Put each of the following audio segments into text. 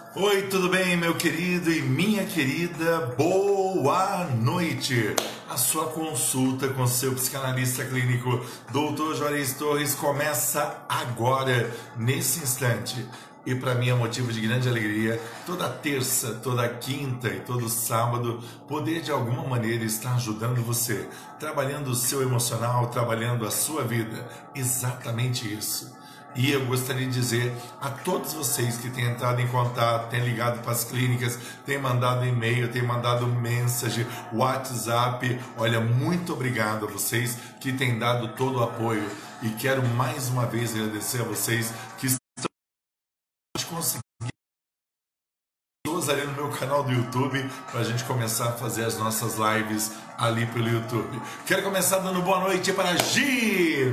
Oi, tudo bem, meu querido e minha querida? Boa noite! A sua consulta com seu psicanalista clínico, Dr. Juarez Torres, começa agora, nesse instante. E para mim é motivo de grande alegria, toda terça, toda quinta e todo sábado, poder de alguma maneira estar ajudando você, trabalhando o seu emocional, trabalhando a sua vida. Exatamente isso. E eu gostaria de dizer a todos vocês que têm entrado em contato, têm ligado para as clínicas, têm mandado e-mail, têm mandado mensagem, WhatsApp, olha, muito obrigado a vocês que têm dado todo o apoio. E quero mais uma vez agradecer a vocês que estão conseguindo ali no meu canal do YouTube para a gente começar a fazer as nossas lives ali pelo YouTube. Quero começar dando boa noite para Gi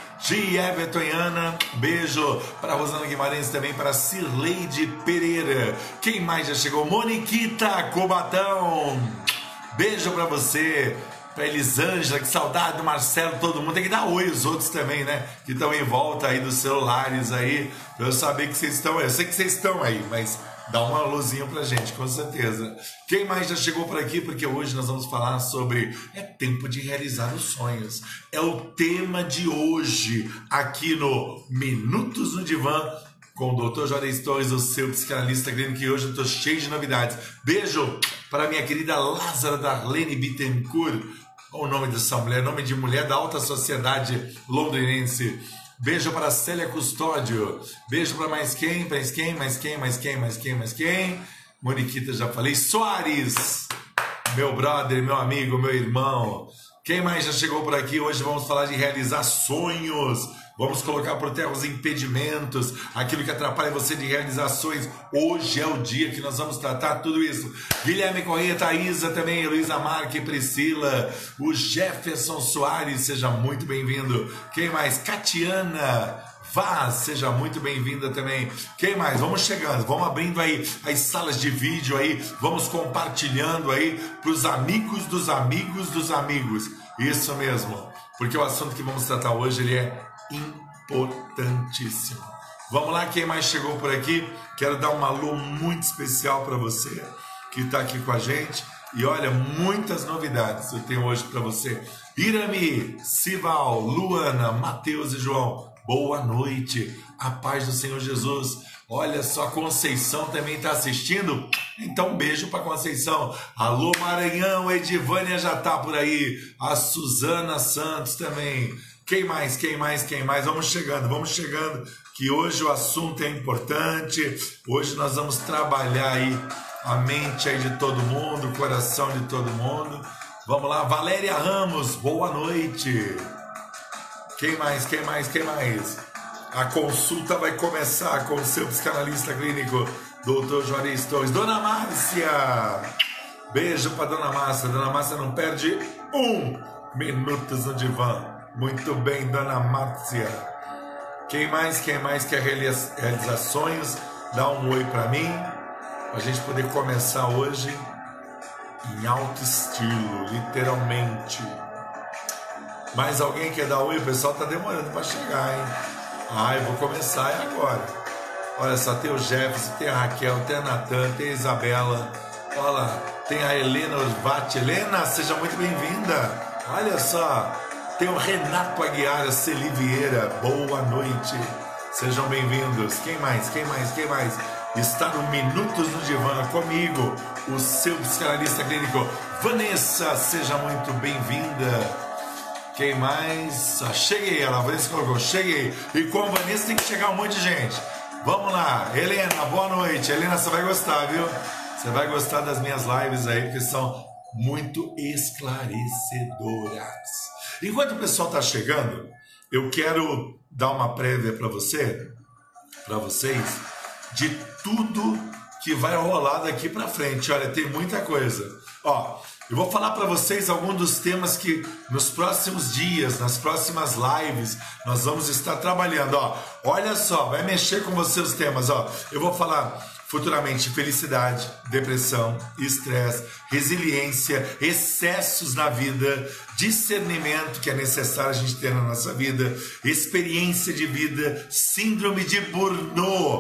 Evertoniana, beijo para Rosana Guimarães, também para Cirleide Pereira. Quem mais já chegou? Moniquita Cobatão, beijo para você. Para Elisângela, que saudade do Marcelo, todo mundo. Tem que dar oi os outros também, né? Que estão em volta aí dos celulares aí, para eu saber que vocês estão aí. Eu sei que vocês estão aí, mas dá uma luzinha pra gente, com certeza. Quem mais já chegou por aqui? Porque hoje nós vamos falar sobre tempo de realizar os sonhos. É o tema de hoje, aqui no Minutos no Divã, com o Dr. Juarez Torres, o seu psicanalista clínico, que hoje eu tô cheio de novidades. Beijo para minha querida Lázara Darlene Bittencourt. Olha o nome dessa mulher, nome de mulher da alta sociedade londrinense. Beijo para Célia Custódio. Beijo para mais quem? Mais quem? Moniquita, já falei. Soares, meu brother, meu amigo, meu irmão. Quem mais já chegou por aqui? Hoje vamos falar de realizar sonhos. Vamos colocar por terra os impedimentos, aquilo que atrapalha você de realizações. Hoje é o dia que nós vamos tratar tudo isso. Guilherme Corrêa, Thaisa também, Luísa Marque, Priscila, o Jefferson Soares, seja muito bem-vindo. Quem mais? Catiana Vaz, seja muito bem-vinda também. Quem mais? Vamos chegando, vamos abrindo aí as salas de vídeo aí, vamos compartilhando aí para os amigos dos amigos dos amigos. Isso mesmo, porque o assunto que vamos tratar hoje, ele é importantíssimo. Vamos lá, quem mais chegou por aqui? Quero dar um alô muito especial para você que está aqui com a gente. E olha, muitas novidades eu tenho hoje para você. Irami, Sival, Luana, Matheus e João, boa noite, a paz do Senhor Jesus. Olha só, Conceição também está assistindo, então um beijo para Conceição. Alô Maranhão, Edivânia já está por aí, a Suzana Santos também. Quem mais? Vamos chegando, que hoje o assunto é importante. Hoje nós vamos trabalhar aí a mente aí de todo mundo, o coração de todo mundo. Vamos lá, Valéria Ramos, boa noite. Quem mais? A consulta vai começar com o seu psicanalista clínico, Dr. Juarez Torres. Dona Márcia, beijo para Dona Márcia. Dona Márcia não perde Minutos no Divã. Muito bem, Dona Márcia. Quem mais quer realizar sonhos? Dá um oi para mim, para a gente poder começar hoje em alto estilo, literalmente. Mais alguém quer dar oi? O pessoal tá demorando para chegar, hein? Eu vou começar agora. Olha só, tem o Jefferson, tem a Raquel, tem a Natan, tem a Isabela. Olha lá, tem a Helena Orvati. Helena, seja muito bem-vinda. Olha só, tem o Renato Aguiar, a Celi Vieira, boa noite, sejam bem-vindos. Quem mais? Está no Minutos no Divã comigo, o seu psicanalista clínico, Vanessa, seja muito bem-vinda. Quem mais? Cheguei, a Vanessa colocou, cheguei. E com a Vanessa tem que chegar um monte de gente. Vamos lá, Helena, boa noite. Helena, você vai gostar, viu? Você vai gostar das minhas lives aí, porque são muito esclarecedoras. Enquanto o pessoal está chegando, eu quero dar uma prévia para vocês, de tudo que vai rolar daqui para frente. Olha, tem muita coisa. Eu vou falar para vocês alguns dos temas que nos próximos dias, nas próximas lives, nós vamos estar trabalhando. Olha só, vai mexer com você os temas. Eu vou falar futuramente felicidade, depressão, estresse, resiliência, excessos na vida, discernimento que é necessário a gente ter na nossa vida, experiência de vida, síndrome de Burnout.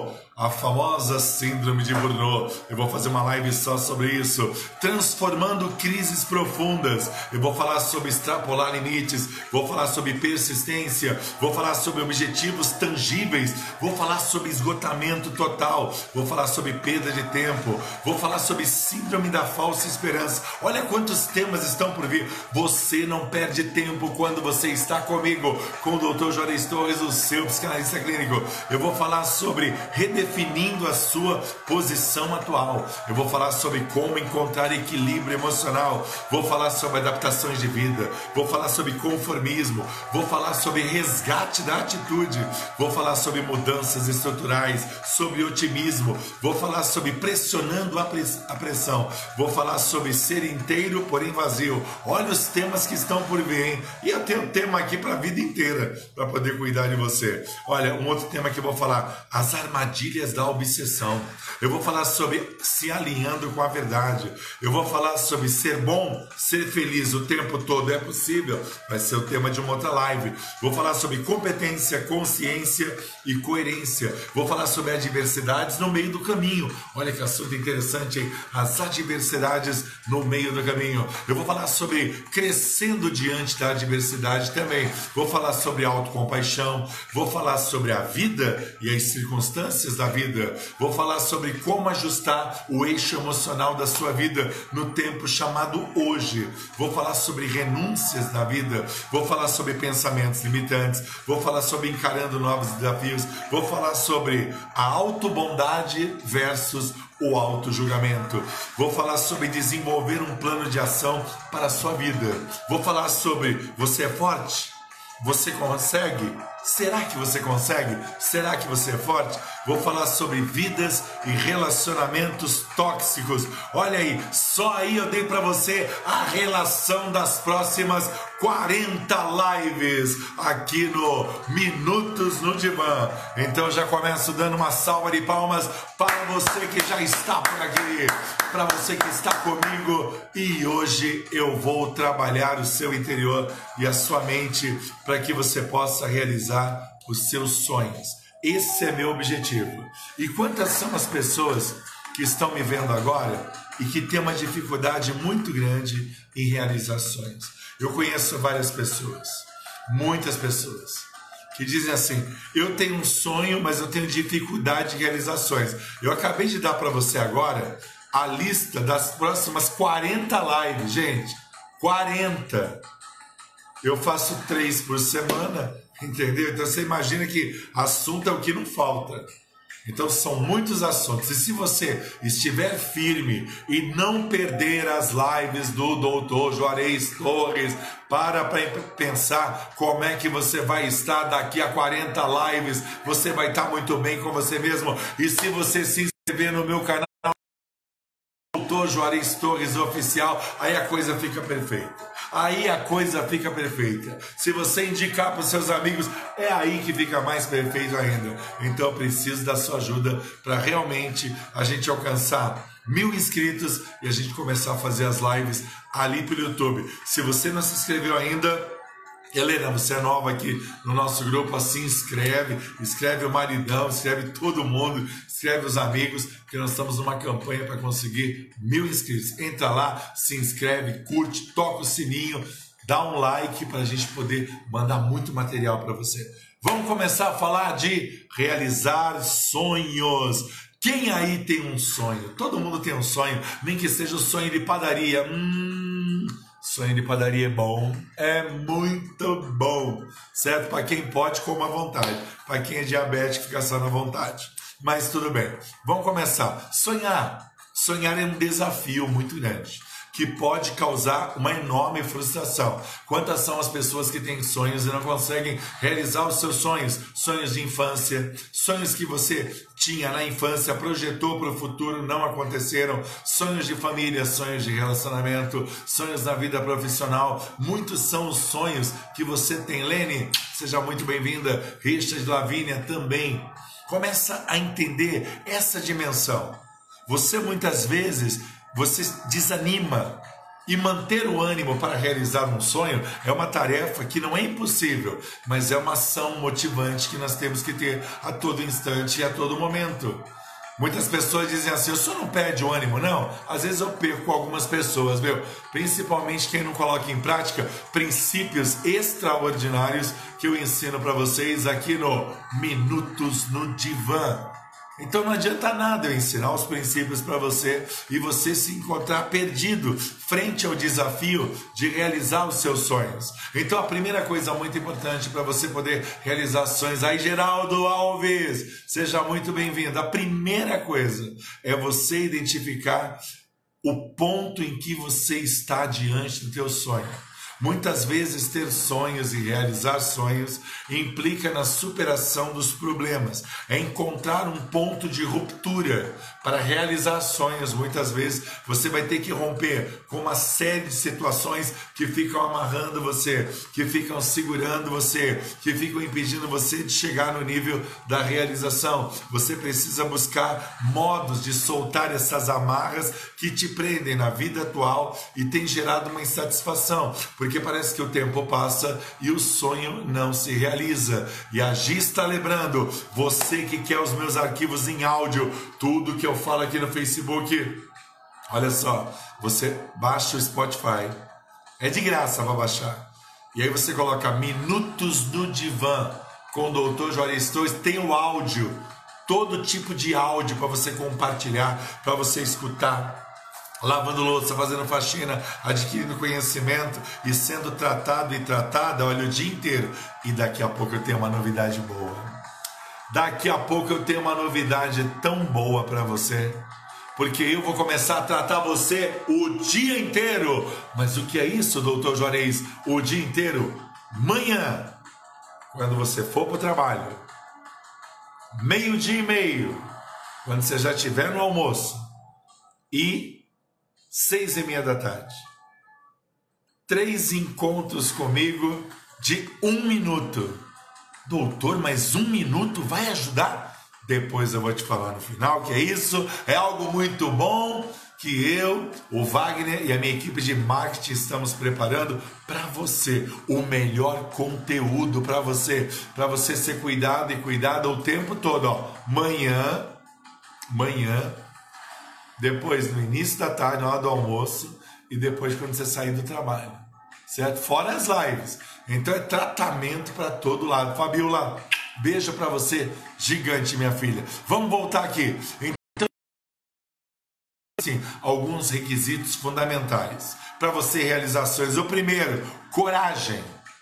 a famosa síndrome de Burnout. Eu vou fazer uma live só sobre isso. Transformando crises profundas. Eu vou falar sobre extrapolar limites, vou falar sobre persistência, vou falar sobre objetivos tangíveis, vou falar sobre esgotamento total, vou falar sobre perda de tempo, vou falar sobre síndrome da falsa esperança. Olha quantos temas estão por vir. Você não perde tempo quando você está comigo, com o Dr. Juarez Torres, o seu psicanalista clínico. Eu vou falar sobre redefinindo a sua posição atual. Eu vou falar sobre como encontrar equilíbrio emocional. Vou falar sobre adaptações de vida. Vou falar sobre conformismo. Vou falar sobre resgate da atitude. Vou falar sobre mudanças estruturais, sobre otimismo. Vou falar sobre pressionando a pressão. Vou falar sobre ser inteiro, porém vazio. Olha os temas que estão por vir, hein? E eu tenho um tema aqui para a vida inteira, para poder cuidar de você. Olha, um outro tema que eu vou falar, as armadilhas da obsessão. Eu vou falar sobre se alinhando com a verdade. Eu vou falar sobre ser bom, ser feliz o tempo todo é possível. Vai ser o tema de uma outra live. Vou falar sobre competência, consciência e coerência. Vou falar sobre adversidades no meio do caminho. Olha que assunto interessante, hein? As adversidades no meio do caminho. Eu vou falar sobre crescendo diante da adversidade também. Vou falar sobre autocompaixão. Vou falar sobre a vida e as circunstâncias da vida. Vou falar sobre como ajustar o eixo emocional da sua vida no tempo chamado hoje. Vou falar sobre renúncias na vida. Vou falar sobre pensamentos limitantes. Vou falar sobre encarando novos desafios. Vou falar sobre a autobondade versus o auto-julgamento. Vou falar sobre desenvolver um plano de ação para a sua vida. Vou falar sobre você é forte? Você consegue? Será que você consegue? Será que você é forte? Vou falar sobre vidas e relacionamentos tóxicos. Olha aí, só aí eu dei para você a relação das próximas 40 lives aqui no Minutos no Divã. Então já começo dando uma salva de palmas para você que já está por aqui, para você que está comigo. E hoje eu vou trabalhar o seu interior e a sua mente para que você possa realizar os seus sonhos. Esse é meu objetivo. E quantas são as pessoas que estão me vendo agora e que têm uma dificuldade muito grande em realizações? Eu conheço várias pessoas, muitas pessoas, que dizem assim: eu tenho um sonho, mas eu tenho dificuldade de realizações. Eu acabei de dar para você agora a lista das próximas 40 lives, gente. 40. Eu faço 3 por semana, entendeu? Então você imagina que assunto é o que não falta. Então são muitos assuntos. E se você estiver firme e não perder as lives do Dr. Juarez Torres para pensar como é que você vai estar daqui a 40 lives, você vai estar muito bem com você mesmo. E se você se inscrever no meu canal Dr. Juarez Torres Oficial, aí a coisa fica perfeita. Aí a coisa fica perfeita. Se você indicar para os seus amigos, é aí que fica mais perfeito ainda. Então eu preciso da sua ajuda para realmente a gente alcançar 1000 inscritos e a gente começar a fazer as lives ali pelo YouTube. Se você não se inscreveu ainda, Helena, você é nova aqui no nosso grupo, assim escreve o maridão, escreve todo mundo, escreve os amigos, porque nós estamos numa campanha para conseguir 1000 inscritos. Entra lá, se inscreve, curte, toca o sininho, dá um like para a gente poder mandar muito material para você. Vamos começar a falar de realizar sonhos. Quem aí tem um sonho? Todo mundo tem um sonho, nem que seja o sonho de padaria. Sonho de padaria é bom, é muito bom, certo? Para quem pode, coma à vontade. Para quem é diabético, fica só na vontade. Mas tudo bem, vamos começar. Sonhar é um desafio muito grande, que pode causar uma enorme frustração. Quantas são as pessoas que têm sonhos e não conseguem realizar os seus sonhos? Sonhos de infância, sonhos que você tinha na infância, projetou para o futuro, não aconteceram. Sonhos de família, sonhos de relacionamento, sonhos na vida profissional. Muitos são os sonhos que você tem. Lene, seja muito bem-vinda. Richard, Lavínia também. Começa a entender essa dimensão. Você muitas vezes, você desanima, E manter o ânimo para realizar um sonho é uma tarefa que não é impossível, mas é uma ação motivante que nós temos que ter a todo instante e a todo momento. Muitas pessoas dizem assim, o senhor não perde o ânimo, não? Às vezes eu perco algumas pessoas, viu? Principalmente quem não coloca em prática princípios extraordinários que eu ensino para vocês aqui no Minutos no Divã. Então não adianta nada eu ensinar os princípios para você e você se encontrar perdido frente ao desafio de realizar os seus sonhos. Então a primeira coisa muito importante para você poder realizar sonhos, aí Geraldo Alves, seja muito bem-vindo. A primeira coisa é você identificar o ponto em que você está diante do teu sonho. Muitas vezes ter sonhos e realizar sonhos implica na superação dos problemas. É encontrar um ponto de ruptura para realizar sonhos. Muitas vezes você vai ter que romper com uma série de situações que ficam amarrando você, que ficam segurando você, que ficam impedindo você de chegar no nível da realização. Você precisa buscar modos de soltar essas amarras que te prendem na vida atual e tem gerado uma insatisfação, porque parece que o tempo passa e o sonho não se realiza. E a Gi está lembrando, você que quer os meus arquivos em áudio, tudo que eu falo aqui no Facebook, olha só, você baixa o Spotify, é de graça para baixar. E aí você coloca Minutos do Divã com o Dr. Juarez Torres, tem o áudio, todo tipo de áudio para você compartilhar, para você escutar, lavando louça, fazendo faxina, adquirindo conhecimento e sendo tratado e tratada, olha, o dia inteiro. E daqui a pouco eu tenho uma novidade boa. Daqui a pouco eu tenho uma novidade tão boa para você, porque eu vou começar a tratar você o dia inteiro. Mas o que é isso, doutor Juarez? O dia inteiro? Manhã, quando você for para o trabalho, 12:30, quando você já estiver no almoço, e 6:30 da tarde. 3 encontros comigo de 1 minuto. Doutor, mas 1 minuto vai ajudar? Depois eu vou te falar no final que é isso. É algo muito bom que eu, o Wagner e a minha equipe de marketing estamos preparando para você. O melhor conteúdo para você ser cuidado e cuidada o tempo todo. Ó. Manhã, depois no início da tarde, na hora do almoço, e depois quando você sair do trabalho, certo? Fora as lives. Então é tratamento para todo lado. Fabiola, beijo para você, gigante, minha filha. Vamos voltar aqui. Então, assim, alguns requisitos fundamentais para você realizar sonhos. O primeiro, coragem.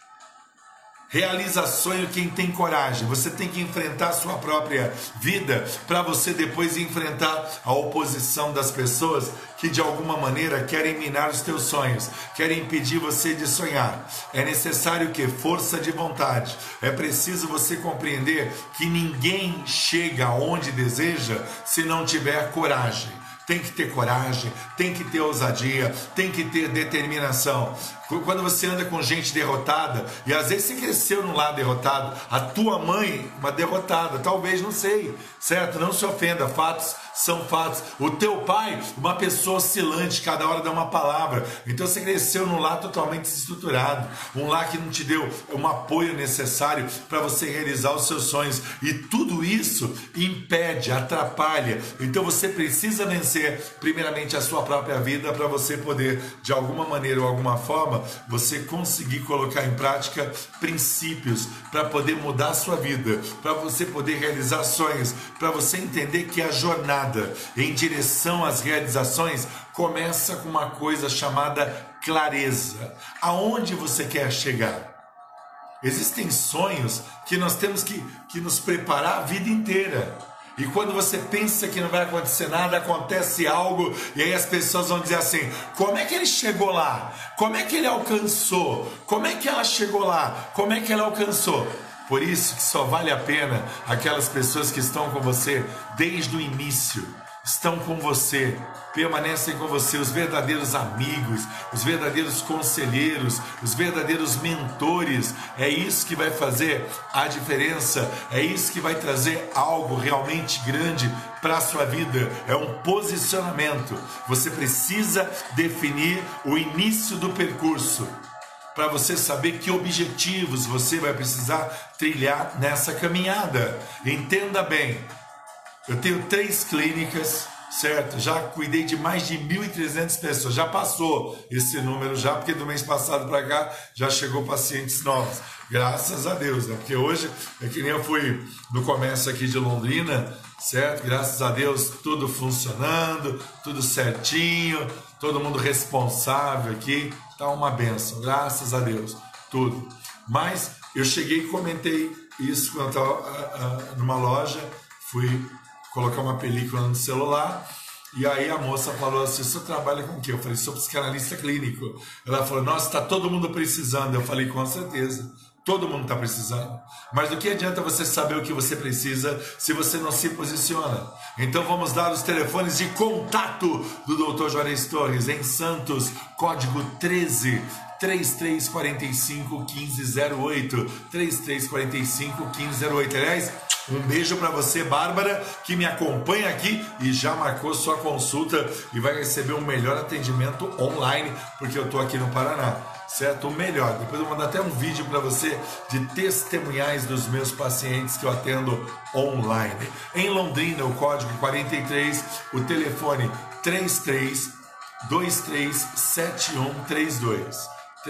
Realiza sonho quem tem coragem. Você tem que enfrentar a sua própria vida para você depois enfrentar a oposição das pessoas que de alguma maneira querem minar os teus sonhos, querem impedir você de sonhar. É necessário que força de vontade. É preciso você compreender que ninguém chega onde deseja se não tiver coragem. Tem que ter coragem, tem que ter ousadia, tem que ter determinação. Quando você anda com gente derrotada, e às vezes você cresceu num lado derrotado, a tua mãe, uma derrotada, talvez, não sei, certo? Não se ofenda, fatos são fatos. O teu pai, uma pessoa oscilante, cada hora dá uma palavra. Então você cresceu num lar totalmente desestruturado, um lar que não te deu um apoio necessário para você realizar os seus sonhos. E tudo isso impede, atrapalha. Então você precisa vencer, primeiramente, a sua própria vida para você poder, de alguma maneira ou alguma forma, você conseguir colocar em prática princípios para poder mudar a sua vida, para você poder realizar sonhos, para você entender que a jornada em direção às realizações começa com uma coisa chamada clareza. Aonde você quer chegar? Existem sonhos que nós temos que nos preparar a vida inteira. E quando você pensa que não vai acontecer nada, acontece algo, e aí as pessoas vão dizer assim: como é que ele chegou lá? Como é que ele alcançou? Como é que ela chegou lá? Como é que ela alcançou? Por isso que só vale a pena aquelas pessoas que estão com você desde o início. estão com você, permanecem com você, os verdadeiros amigos, os verdadeiros conselheiros, os verdadeiros mentores. É isso que vai fazer a diferença, é isso que vai trazer algo realmente grande para a sua vida. É um posicionamento. Você precisa definir o início do percurso para você saber que objetivos você vai precisar trilhar nessa caminhada. Entenda bem, eu tenho 3 clínicas, certo? Já cuidei de mais de 1.300 pessoas, já passou esse número já, porque do mês passado para cá já chegou pacientes novos, graças a Deus, né? Porque hoje, é que nem eu fui no comércio aqui de Londrina, certo? Graças a Deus, tudo funcionando, tudo certinho, todo mundo responsável aqui, tá uma benção, graças a Deus, tudo. Mas eu cheguei e comentei isso quando eu estava numa loja, fui colocar uma película no celular, e aí a moça falou assim: você trabalha com o quê? Eu falei: sou psicanalista clínico. Ela falou: nossa, está todo mundo precisando. Eu falei: com certeza, todo mundo está precisando. Mas do que adianta você saber o que você precisa se você não se posiciona? Então vamos dar os telefones de contato do Dr. Juarez Torres em Santos, código 13 3345 1508, 3345 1508. Aliás, um beijo para você, Bárbara, que me acompanha aqui e já marcou sua consulta e vai receber um melhor atendimento online, porque eu estou aqui no Paraná, certo? O melhor. Depois eu vou mandar até um vídeo para você de testemunhais dos meus pacientes que eu atendo online. Em Londrina, o código 43, o telefone 33237132.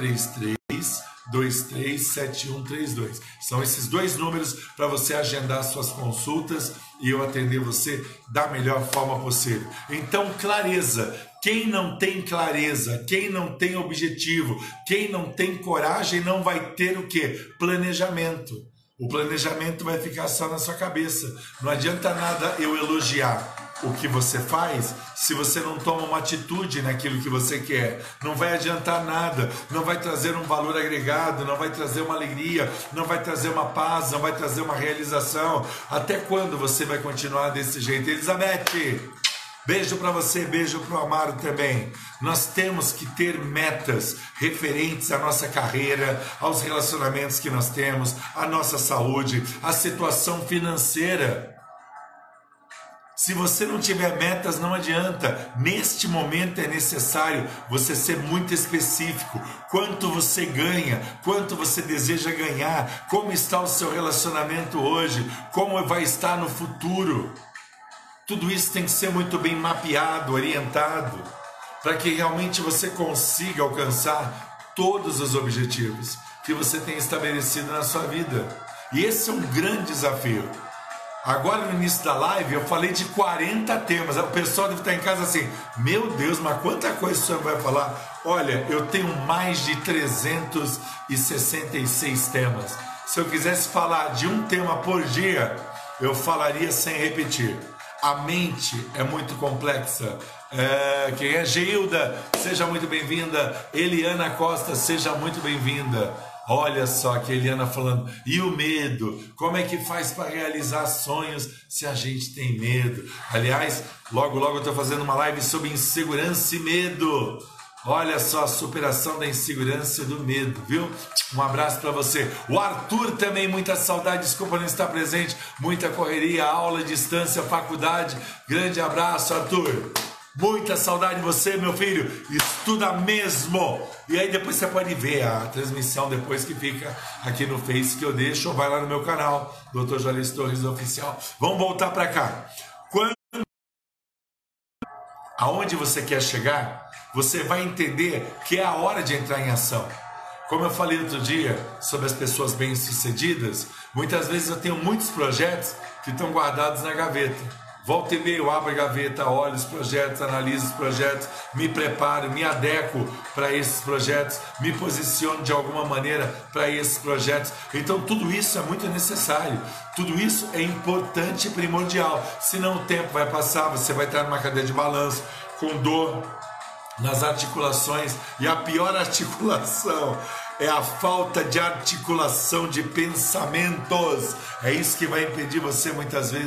33237132. São esses 2 números para você agendar suas consultas e eu atender você da melhor forma possível. Então, clareza. Quem não tem clareza, quem não tem objetivo, quem não tem coragem, não vai ter o quê? Planejamento. O planejamento vai ficar só na sua cabeça. Não adianta nada eu elogiar o que você faz se você não toma uma atitude naquilo que você quer. Não vai adiantar nada, não vai trazer um valor agregado, não vai trazer uma alegria, não vai trazer uma paz, não vai trazer uma realização. Até quando você vai continuar desse jeito? Elizabeth, beijo para você, beijo para o Amaro também. Nós temos que ter metas referentes à nossa carreira, aos relacionamentos que nós temos, à nossa saúde, à situação financeira. Se você não tiver metas, não adianta. Neste momento é necessário você ser muito específico. Quanto você ganha, quanto você deseja ganhar, como está o seu relacionamento hoje, como vai estar no futuro. Tudo isso tem que ser muito bem mapeado, orientado, para que realmente você consiga alcançar todos os objetivos que você tem estabelecido na sua vida. E esse é um grande desafio. Agora no início da live eu falei de 40 temas. O pessoal deve estar em casa assim: meu Deus, mas quanta coisa o senhor vai falar? Olha, eu tenho mais de 366 temas. Se eu quisesse falar de um tema por dia, eu falaria sem repetir. A mente é muito complexa. Quem é? Geilda, seja muito bem-vinda. Eliana Costa, seja muito bem-vinda. Olha só que a Eliana falando. E o medo? Como é que faz para realizar sonhos se a gente tem medo? Aliás, logo eu estou fazendo uma live sobre insegurança e medo. Olha só a superação da insegurança e do medo, viu? Um abraço para você. O Arthur também, muita saudade, desculpa não estar presente. Muita correria, aula, distância, faculdade. Grande abraço, Arthur. Muita saudade de você, meu filho. Estuda mesmo. E aí depois você pode ver a transmissão depois que fica aqui no Face que eu deixo, ou vai lá no meu canal, Dr. Juarez Torres Oficial. Vamos voltar para cá. Aonde você quer chegar, você vai entender que é a hora de entrar em ação. Como eu falei outro dia sobre as pessoas bem-sucedidas, muitas vezes eu tenho muitos projetos que estão guardados na gaveta. Volta e meia eu abro a gaveta, olho os projetos, analiso os projetos, me preparo, me adequo para esses projetos, me posiciono de alguma maneira para esses projetos. Então tudo isso é muito necessário, tudo isso é importante e primordial. Senão o tempo vai passar, você vai estar numa cadeira de balanço, com dor nas articulações, e a pior articulação é a falta de articulação de pensamentos. É isso que vai impedir você muitas vezes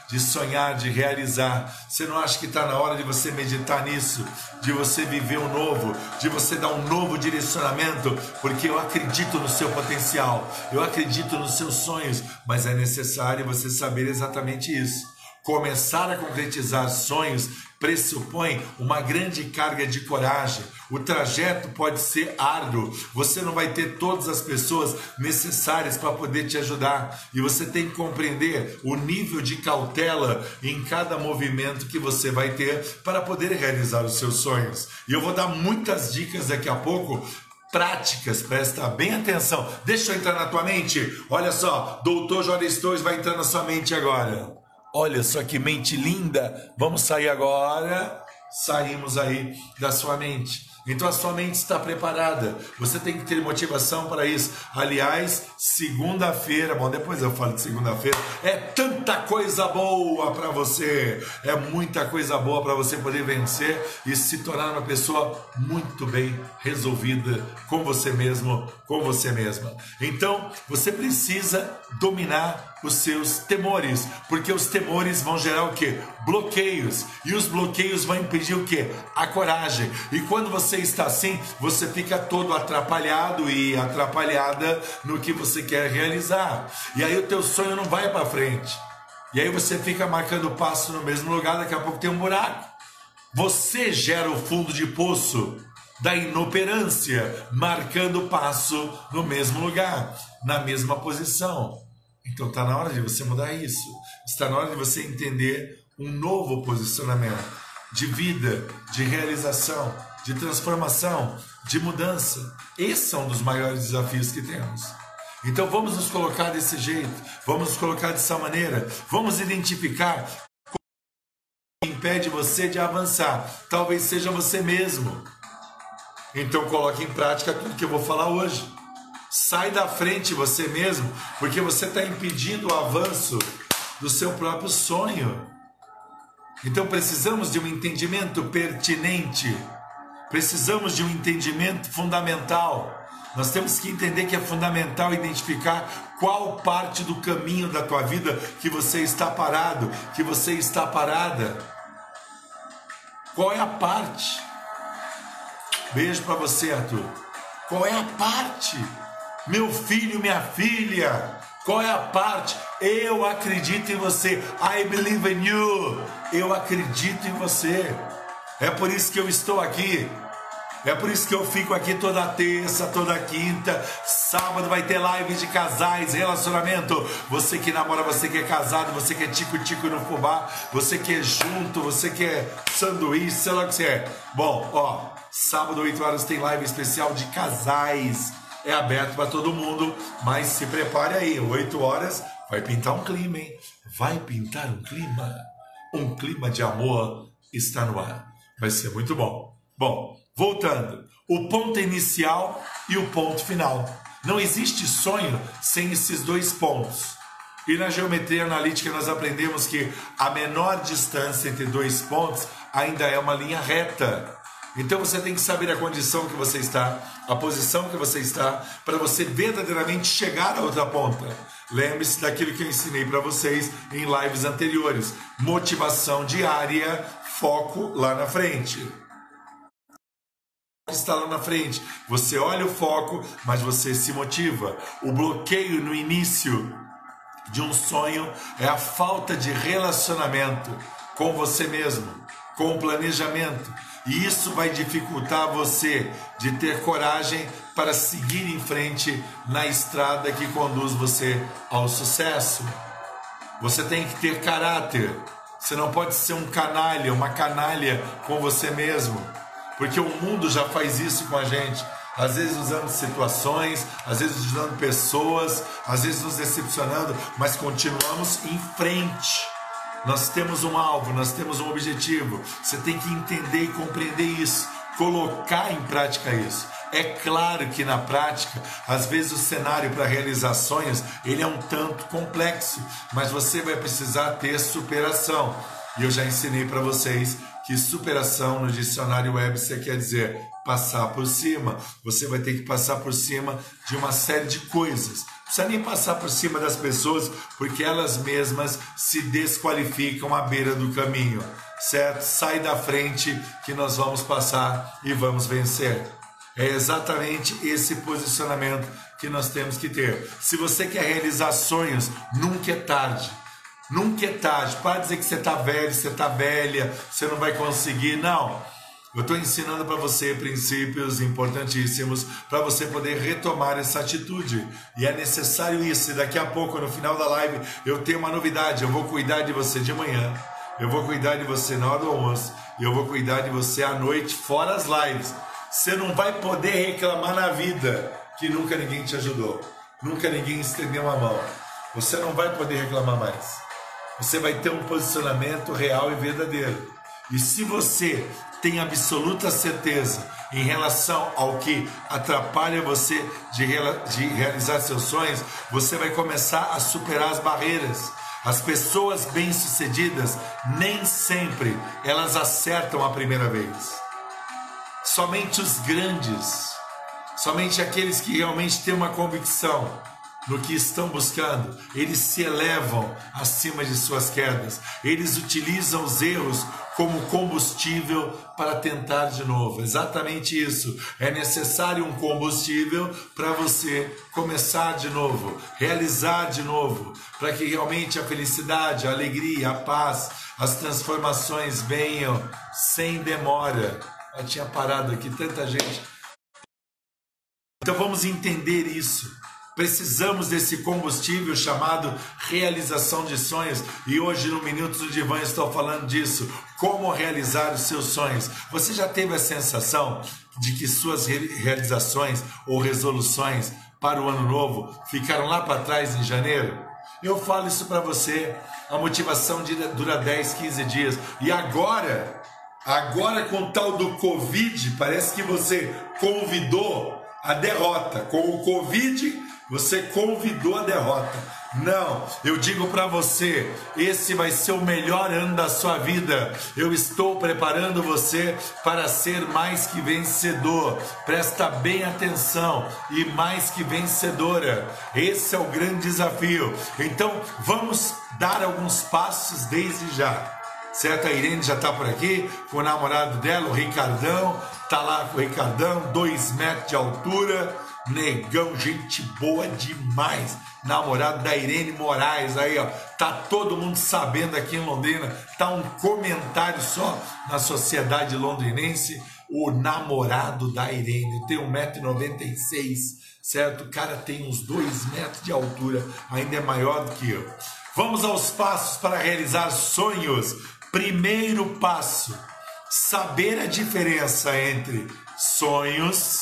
de sonhar, de realizar. Você não acha que está na hora de você meditar nisso, de você viver um novo, de você dar um novo direcionamento? Porque eu acredito no seu potencial, eu acredito nos seus sonhos, mas é necessário você saber exatamente isso. Começar a concretizar sonhos pressupõe uma grande carga de coragem. O trajeto pode ser árduo. Você não vai ter todas as pessoas necessárias para poder te ajudar. E você tem que compreender o nível de cautela em cada movimento que você vai ter para poder realizar os seus sonhos. E eu vou dar muitas dicas daqui a pouco, práticas, presta bem atenção. Deixa eu entrar na tua mente. Olha só, Dr. Jones Torres vai entrar na sua mente agora. Olha só que mente linda. Vamos sair agora. Saímos aí da sua mente. Então a sua mente está preparada. Você tem que ter motivação para isso. Aliás, segunda-feira, bom, depois eu falo de segunda-feira, é tanta coisa boa para você. É muita coisa boa para você poder vencer e se tornar uma pessoa muito bem resolvida com você mesmo, com você mesma. Então, você precisa dominar os seus temores, porque os temores vão gerar o quê? Bloqueios, e os bloqueios vão impedir o quê? A coragem. E quando você está assim, você fica todo atrapalhado e atrapalhada no que você quer realizar, e aí o teu sonho não vai para frente, e aí você fica marcando passo no mesmo lugar, daqui a pouco tem um buraco. Você gera o fundo de poço da inoperância, marcando passo no mesmo lugar, na mesma posição. Então está na hora de você mudar isso. Está na hora de você entender um novo posicionamento de vida, de realização, de transformação, de mudança. Esse é um dos maiores desafios que temos. Então vamos nos colocar desse jeito, vamos nos colocar dessa maneira, vamos identificar o que impede você de avançar. Talvez seja você mesmo. Então coloque em prática tudo que eu vou falar hoje. Sai da frente você mesmo, porque você está impedindo o avanço do seu próprio sonho. Então precisamos de um entendimento pertinente, precisamos de um entendimento fundamental. Nós temos que entender que é fundamental identificar qual parte do caminho da tua vida que você está parado, que você está parada. Qual é a parte? Beijo para você, Arthur. Qual é a parte? Meu filho, minha filha, qual é a parte? Eu acredito em você. I believe in you. Eu acredito em você. É por isso que eu estou aqui. É por isso que eu fico aqui toda terça, toda quinta. Sábado vai ter live de casais, relacionamento. Você que namora, você que é casado, você que é tico-tico no fubá, você que é junto, você que é sanduíche, sei lá o que você é. Bom, ó, sábado 8 horas tem live especial de casais. É aberto para todo mundo, mas se prepare aí, 8 horas vai pintar um clima, hein? Vai pintar um clima de amor está no ar. Vai ser muito bom. Bom, voltando, o ponto inicial e o ponto final. Não existe sonho sem esses dois pontos. E na geometria analítica nós aprendemos que a menor distância entre dois pontos ainda é uma linha reta. Então você tem que saber a condição que você está, a posição que você está, para você verdadeiramente chegar à outra ponta. Lembre-se daquilo que eu ensinei para vocês em lives anteriores. Motivação diária, foco lá na frente. Está lá na frente. Você olha o foco, mas você se motiva. O bloqueio no início de um sonho é a falta de relacionamento com você mesmo, com o planejamento. E isso vai dificultar você de ter coragem para seguir em frente na estrada que conduz você ao sucesso. Você tem que ter caráter. Você não pode ser um canalha, uma canalha com você mesmo. Porque o mundo já faz isso com a gente. Às vezes usando situações, às vezes usando pessoas, às vezes nos decepcionando, mas continuamos em frente. Nós temos um alvo, nós temos um objetivo. Você tem que entender e compreender isso, colocar em prática isso. É claro que na prática, às vezes o cenário para realizar sonhos, ele é um tanto complexo, mas você vai precisar ter superação. E eu já ensinei para vocês que superação no dicionário Webster quer dizer passar por cima. Você vai ter que passar por cima de uma série de coisas. precisa nem passar por cima das pessoas, porque elas mesmas se desqualificam à beira do caminho, certo? Sai da frente que nós vamos passar e vamos vencer. É exatamente esse posicionamento que nós temos que ter. Se você quer realizar sonhos, nunca é tarde. Nunca é tarde. Para dizer que você está velho, você está velha, você não vai conseguir. Não. Eu estou ensinando para você princípios importantíssimos para você poder retomar essa atitude. E é necessário isso. E daqui a pouco, no final da live, eu tenho uma novidade. Eu vou cuidar de você de manhã. Eu vou cuidar de você na hora do almoço. E eu vou cuidar de você à noite, fora as lives. Você não vai poder reclamar na vida que nunca ninguém te ajudou. Nunca ninguém estendeu uma mão. Você não vai poder reclamar mais. Você vai ter um posicionamento real e verdadeiro. E se você tem absoluta certeza em relação ao que atrapalha você de realizar seus sonhos, você vai começar a superar as barreiras. As pessoas bem-sucedidas, nem sempre elas acertam a primeira vez. Somente os grandes, somente aqueles que realmente têm uma convicção no que estão buscando, eles se elevam acima de suas quedas. Eles utilizam os erros como combustível para tentar de novo. Exatamente isso. É necessário um combustível para você começar de novo, realizar de novo, para que realmente a felicidade, a alegria, a paz, as transformações venham sem demora. Eu tinha parado aqui, tanta gente. Então vamos entender isso. Precisamos desse combustível chamado realização de sonhos. E hoje no Minutos do Divã estou falando disso. Como realizar os seus sonhos. Você já teve a sensação de que suas realizações ou resoluções para o ano novo ficaram lá para trás em janeiro? Eu falo isso para você. A motivação dura 10, 15 dias. E agora com o tal do Covid, parece que você convidou a derrota. Com o Covid, você convidou a derrota. Não, eu digo para você, esse vai ser o melhor ano da sua vida. Eu estou preparando você para ser mais que vencedor. Presta bem atenção, e mais que vencedora. Esse é o grande desafio. Então, vamos dar alguns passos desde já. Certo? A Irene já está por aqui com o namorado dela, o Ricardão. Tá lá com o Ricardão, 2 metros de altura, negão, gente boa demais. Namorado da Irene Moraes, aí ó, tá todo mundo sabendo aqui em Londrina, tá um comentário só na sociedade londrinense, o namorado da Irene, tem 1,96 m, certo? O cara tem uns 2 metros de altura, ainda é maior do que eu. Vamos aos passos para realizar sonhos. Primeiro passo, saber a diferença entre sonhos,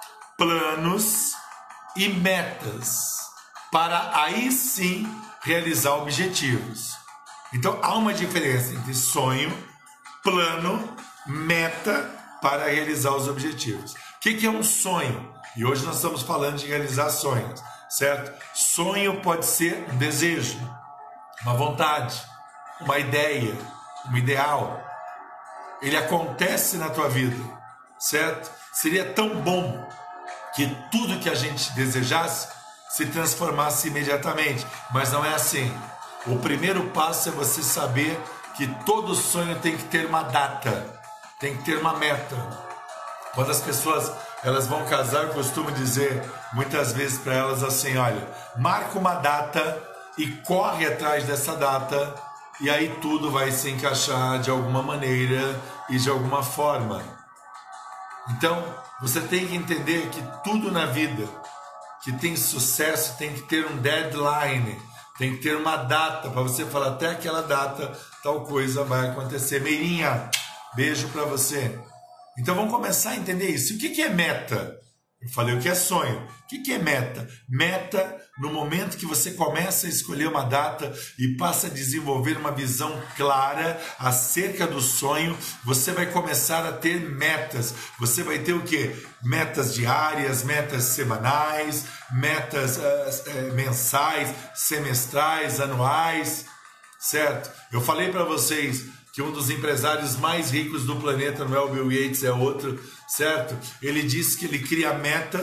planos e metas, para aí sim realizar objetivos. Então há uma diferença entre sonho, plano, meta para realizar os objetivos. O que é um sonho? E hoje nós estamos falando de realizar sonhos, certo? Sonho pode ser um desejo, uma vontade, uma ideia, um ideal. Ele acontece na tua vida, certo? Seria tão bom que tudo que a gente desejasse se transformasse imediatamente, mas não é assim. O primeiro passo é você saber que todo sonho tem que ter uma data, tem que ter uma meta. Quando as pessoas elas vão casar, eu costumo dizer muitas vezes para elas assim, olha, marca uma data e corre atrás dessa data, e aí tudo vai se encaixar de alguma maneira e de alguma forma. Então, você tem que entender que tudo na vida que tem sucesso tem que ter um deadline, tem que ter uma data para você falar, até aquela data tal coisa vai acontecer. Meirinha, beijo para você. Então vamos começar a entender isso. O que é meta? Eu falei o que é sonho. O que é meta? Meta, no momento que você começa a escolher uma data e passa a desenvolver uma visão clara acerca do sonho, você vai começar a ter metas. Você vai ter o quê? Metas diárias, metas semanais, metas mensais, semestrais, anuais, certo? Eu falei para vocês que um dos empresários mais ricos do planeta, não é o Bill Gates, é outro, certo? Ele diz que ele cria metas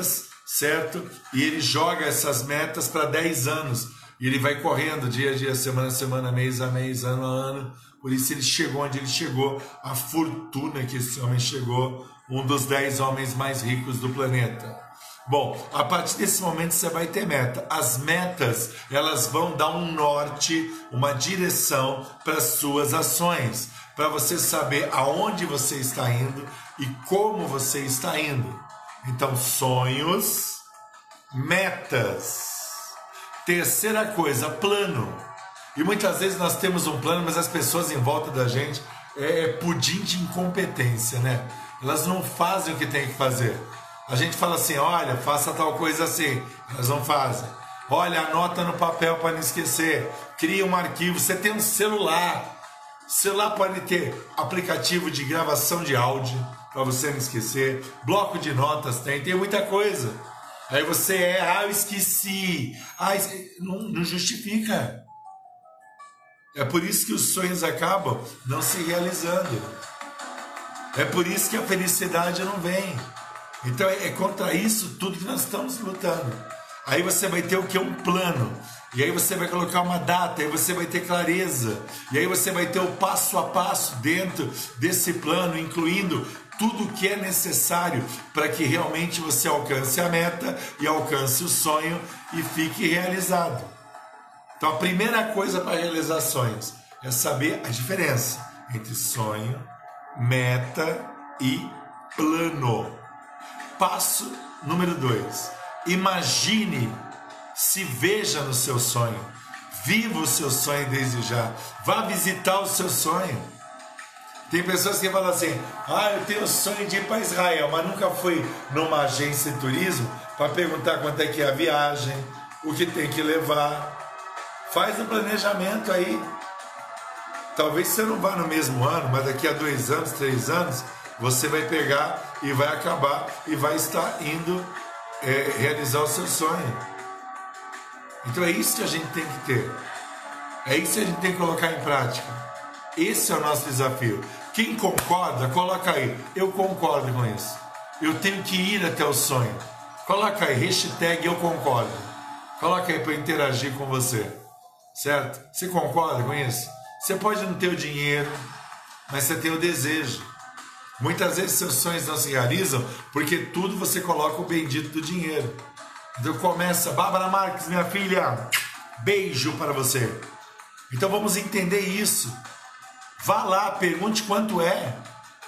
certo? E ele joga essas metas para 10 anos. E ele vai correndo dia a dia, semana a semana, mês a mês, ano a ano. Por isso ele chegou onde ele chegou, a fortuna que esse homem chegou, um dos 10 homens mais ricos do planeta. Bom, a partir desse momento você vai ter meta. As metas, elas vão dar um norte, uma direção para as suas ações, para você saber aonde você está indo e como você está indo. Então, sonhos, metas. Terceira coisa, plano. E muitas vezes nós temos um plano, mas as pessoas em volta da gente é pudim de incompetência, né? Elas não fazem o que tem que fazer. A gente fala assim, olha, faça tal coisa assim. Elas não fazem. Olha, anota no papel para não esquecer. Cria um arquivo. Você tem um celular. O celular pode ter aplicativo de gravação de áudio para você não esquecer. Bloco de notas tem muita coisa. Aí você eu esqueci. Não justifica. É por isso que os sonhos acabam não se realizando. É por isso que a felicidade não vem. Então é contra isso tudo que nós estamos lutando. Aí você vai ter o que? Um plano. E aí você vai colocar uma data, aí você vai ter clareza. E aí você vai ter o passo a passo dentro desse plano, incluindo tudo o que é necessário para que realmente você alcance a meta e alcance o sonho e fique realizado. Então a primeira coisa para realizar sonhos é saber a diferença entre sonho, meta e plano. Passo número 2. Imagine, se veja no seu sonho. Viva o seu sonho desde já. Vá visitar o seu sonho. Tem pessoas que falam assim, eu tenho o sonho de ir para Israel, mas nunca fui numa agência de turismo para perguntar quanto é que é a viagem, o que tem que levar. Faz um planejamento aí. Talvez você não vá no mesmo ano, mas daqui a 2 anos, 3 anos, você vai pegar e vai acabar e vai estar indo realizar o seu sonho. Então é isso que a gente tem que ter. É isso que a gente tem que colocar em prática. Esse é o nosso desafio. Quem concorda, coloca aí. Eu concordo com isso. Eu tenho que ir até o sonho. Coloca aí, hashtag eu concordo. Coloca aí para eu interagir com você. Certo? Você concorda com isso? Você pode não ter o dinheiro, mas você tem o desejo. Muitas vezes seus sonhos não se realizam porque tudo você coloca o bendito do dinheiro. Então começa, Bárbara Marques, minha filha, beijo para você. Então vamos entender isso. Vá lá, pergunte quanto é.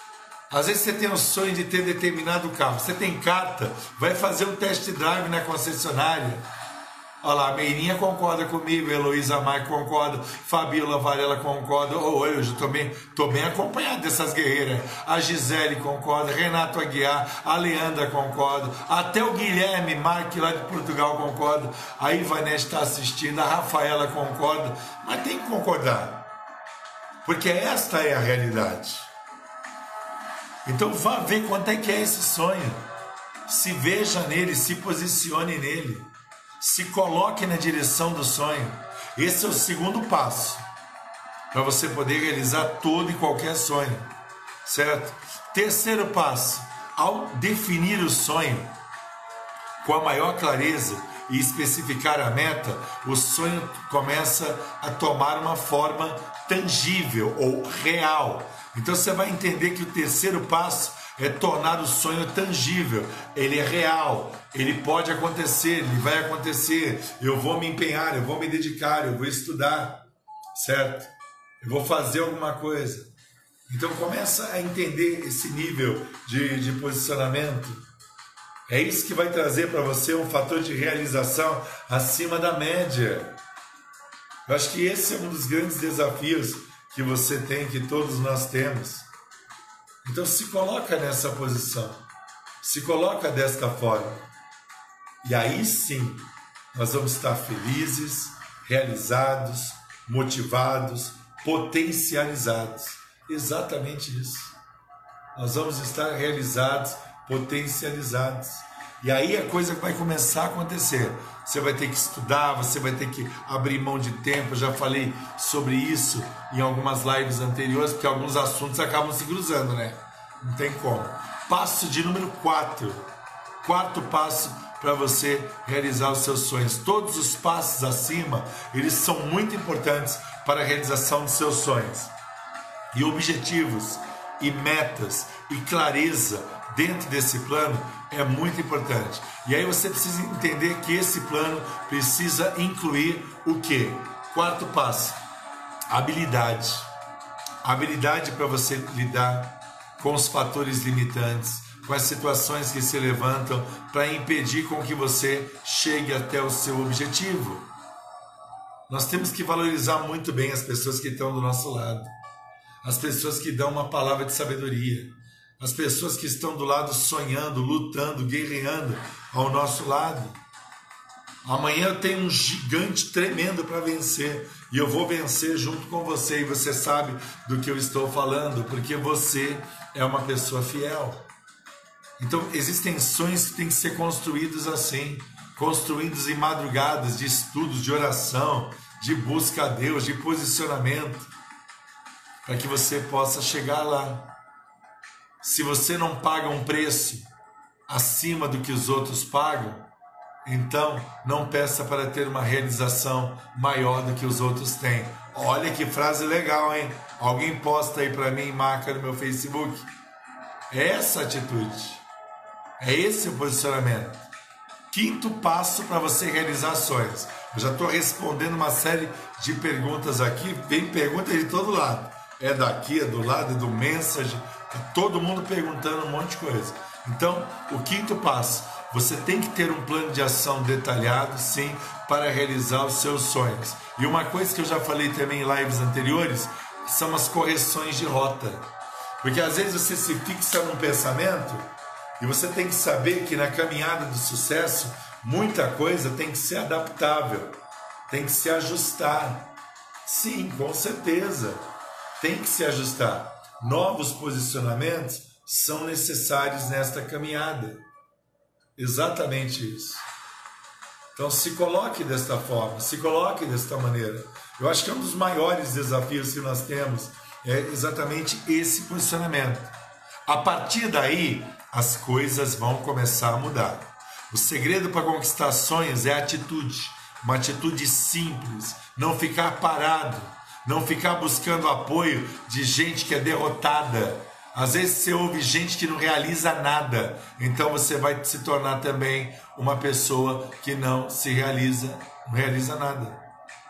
Às vezes você tem o sonho de ter determinado carro. Você tem carta, vai fazer um test drive na concessionária. Olha lá, a Meirinha concorda comigo, Heloísa Mar concorda, Fabiola Varela concorda, eu já tô bem acompanhado dessas guerreiras. A Gisele concorda, Renato Aguiar, a Leandra concorda, até o Guilherme Marque lá de Portugal concorda, a Ivanete está assistindo, a Rafaela concorda, mas tem que concordar, porque esta é a realidade. Então vá ver quanto é que é esse sonho, se veja nele, se posicione nele. Se coloque na direção do sonho. Esse é o segundo passo para você poder realizar todo e qualquer sonho, certo? Terceiro passo, ao definir o sonho com a maior clareza e especificar a meta, o sonho começa a tomar uma forma tangível ou real. Então você vai entender que o terceiro passo é tornar o sonho tangível, ele é real, ele pode acontecer, ele vai acontecer, eu vou me empenhar, eu vou me dedicar, eu vou estudar, certo? Eu vou fazer alguma coisa. Então começa a entender esse nível de posicionamento. É isso que vai trazer para você um fator de realização acima da média. Eu acho que esse é um dos grandes desafios que você tem, que todos nós temos. Então se coloca nessa posição, se coloca desta forma. E aí sim, nós vamos estar felizes, realizados, motivados, potencializados. Exatamente isso. Nós vamos estar realizados, potencializados. E aí a coisa vai começar a acontecer. Você vai ter que estudar, você vai ter que abrir mão de tempo. Eu já falei sobre isso em algumas lives anteriores, porque alguns assuntos acabam se cruzando, né? Não tem como. Passo de número 4. Quarto passo para você realizar os seus sonhos. Todos os passos acima, eles são muito importantes para a realização dos seus sonhos. E objetivos, e metas, e clareza dentro desse plano é muito importante. E aí você precisa entender que esse plano precisa incluir o quê? Quarto passo, habilidade. Habilidade para você lidar com os fatores limitantes, com as situações que se levantam para impedir com que você chegue até o seu objetivo. Nós temos que valorizar muito bem as pessoas que estão do nosso lado, as pessoas que dão uma palavra de sabedoria, as pessoas que estão do lado sonhando, lutando, guerreando ao nosso lado. Amanhã eu tenho um gigante tremendo para vencer e eu vou vencer junto com você, e você sabe do que eu estou falando, porque você é uma pessoa fiel. Então existem sonhos que têm que ser construídos assim, construídos em madrugadas de estudos, de oração, de busca a Deus, de posicionamento, para que você possa chegar lá. Se você não paga um preço acima do que os outros pagam, então não peça para ter uma realização maior do que os outros têm. Olha que frase legal, hein? Alguém posta aí para mim e marca no meu Facebook. É essa atitude, é esse o posicionamento. Quinto passo para você realizar sonhos. Eu já estou respondendo uma série de perguntas aqui, vem pergunta de todo lado. É daqui, é do lado, é do Message, tá todo mundo perguntando um monte de coisa. Então, o quinto passo, você tem que ter um plano de ação detalhado, sim, para realizar os seus sonhos. E uma coisa que eu já falei também em lives anteriores, são as correções de rota. Porque às vezes você se fixa num pensamento e você tem que saber que na caminhada do sucesso, muita coisa tem que ser adaptável, tem que se ajustar. Sim, com certeza, tem que se ajustar. Novos posicionamentos são necessários nesta caminhada. Exatamente isso. Então se coloque desta forma, se coloque desta maneira. Eu acho que é um dos maiores desafios que nós temos, é exatamente esse posicionamento. A partir daí, as coisas vão começar a mudar. O segredo para conquistar sonhos é a atitude, uma atitude simples, não ficar parado, não ficar buscando apoio de gente que é derrotada. Às vezes você ouve gente que não realiza nada, então você vai se tornar também uma pessoa que não realiza nada.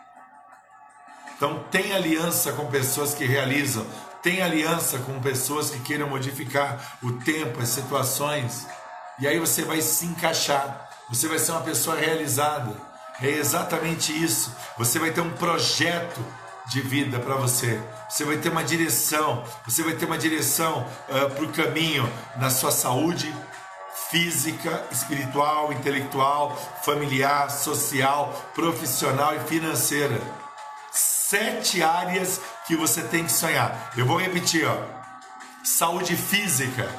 Então tem aliança com pessoas que realizam, tem aliança com pessoas que queiram modificar o tempo, as situações, e aí você vai se encaixar, você vai ser uma pessoa realizada. É exatamente isso, você vai ter um projeto de vida para você, você vai ter uma direção, para o caminho na sua saúde física, espiritual, intelectual, familiar, social, profissional e financeira. 7 áreas que você tem que sonhar. Eu vou repetir, saúde física,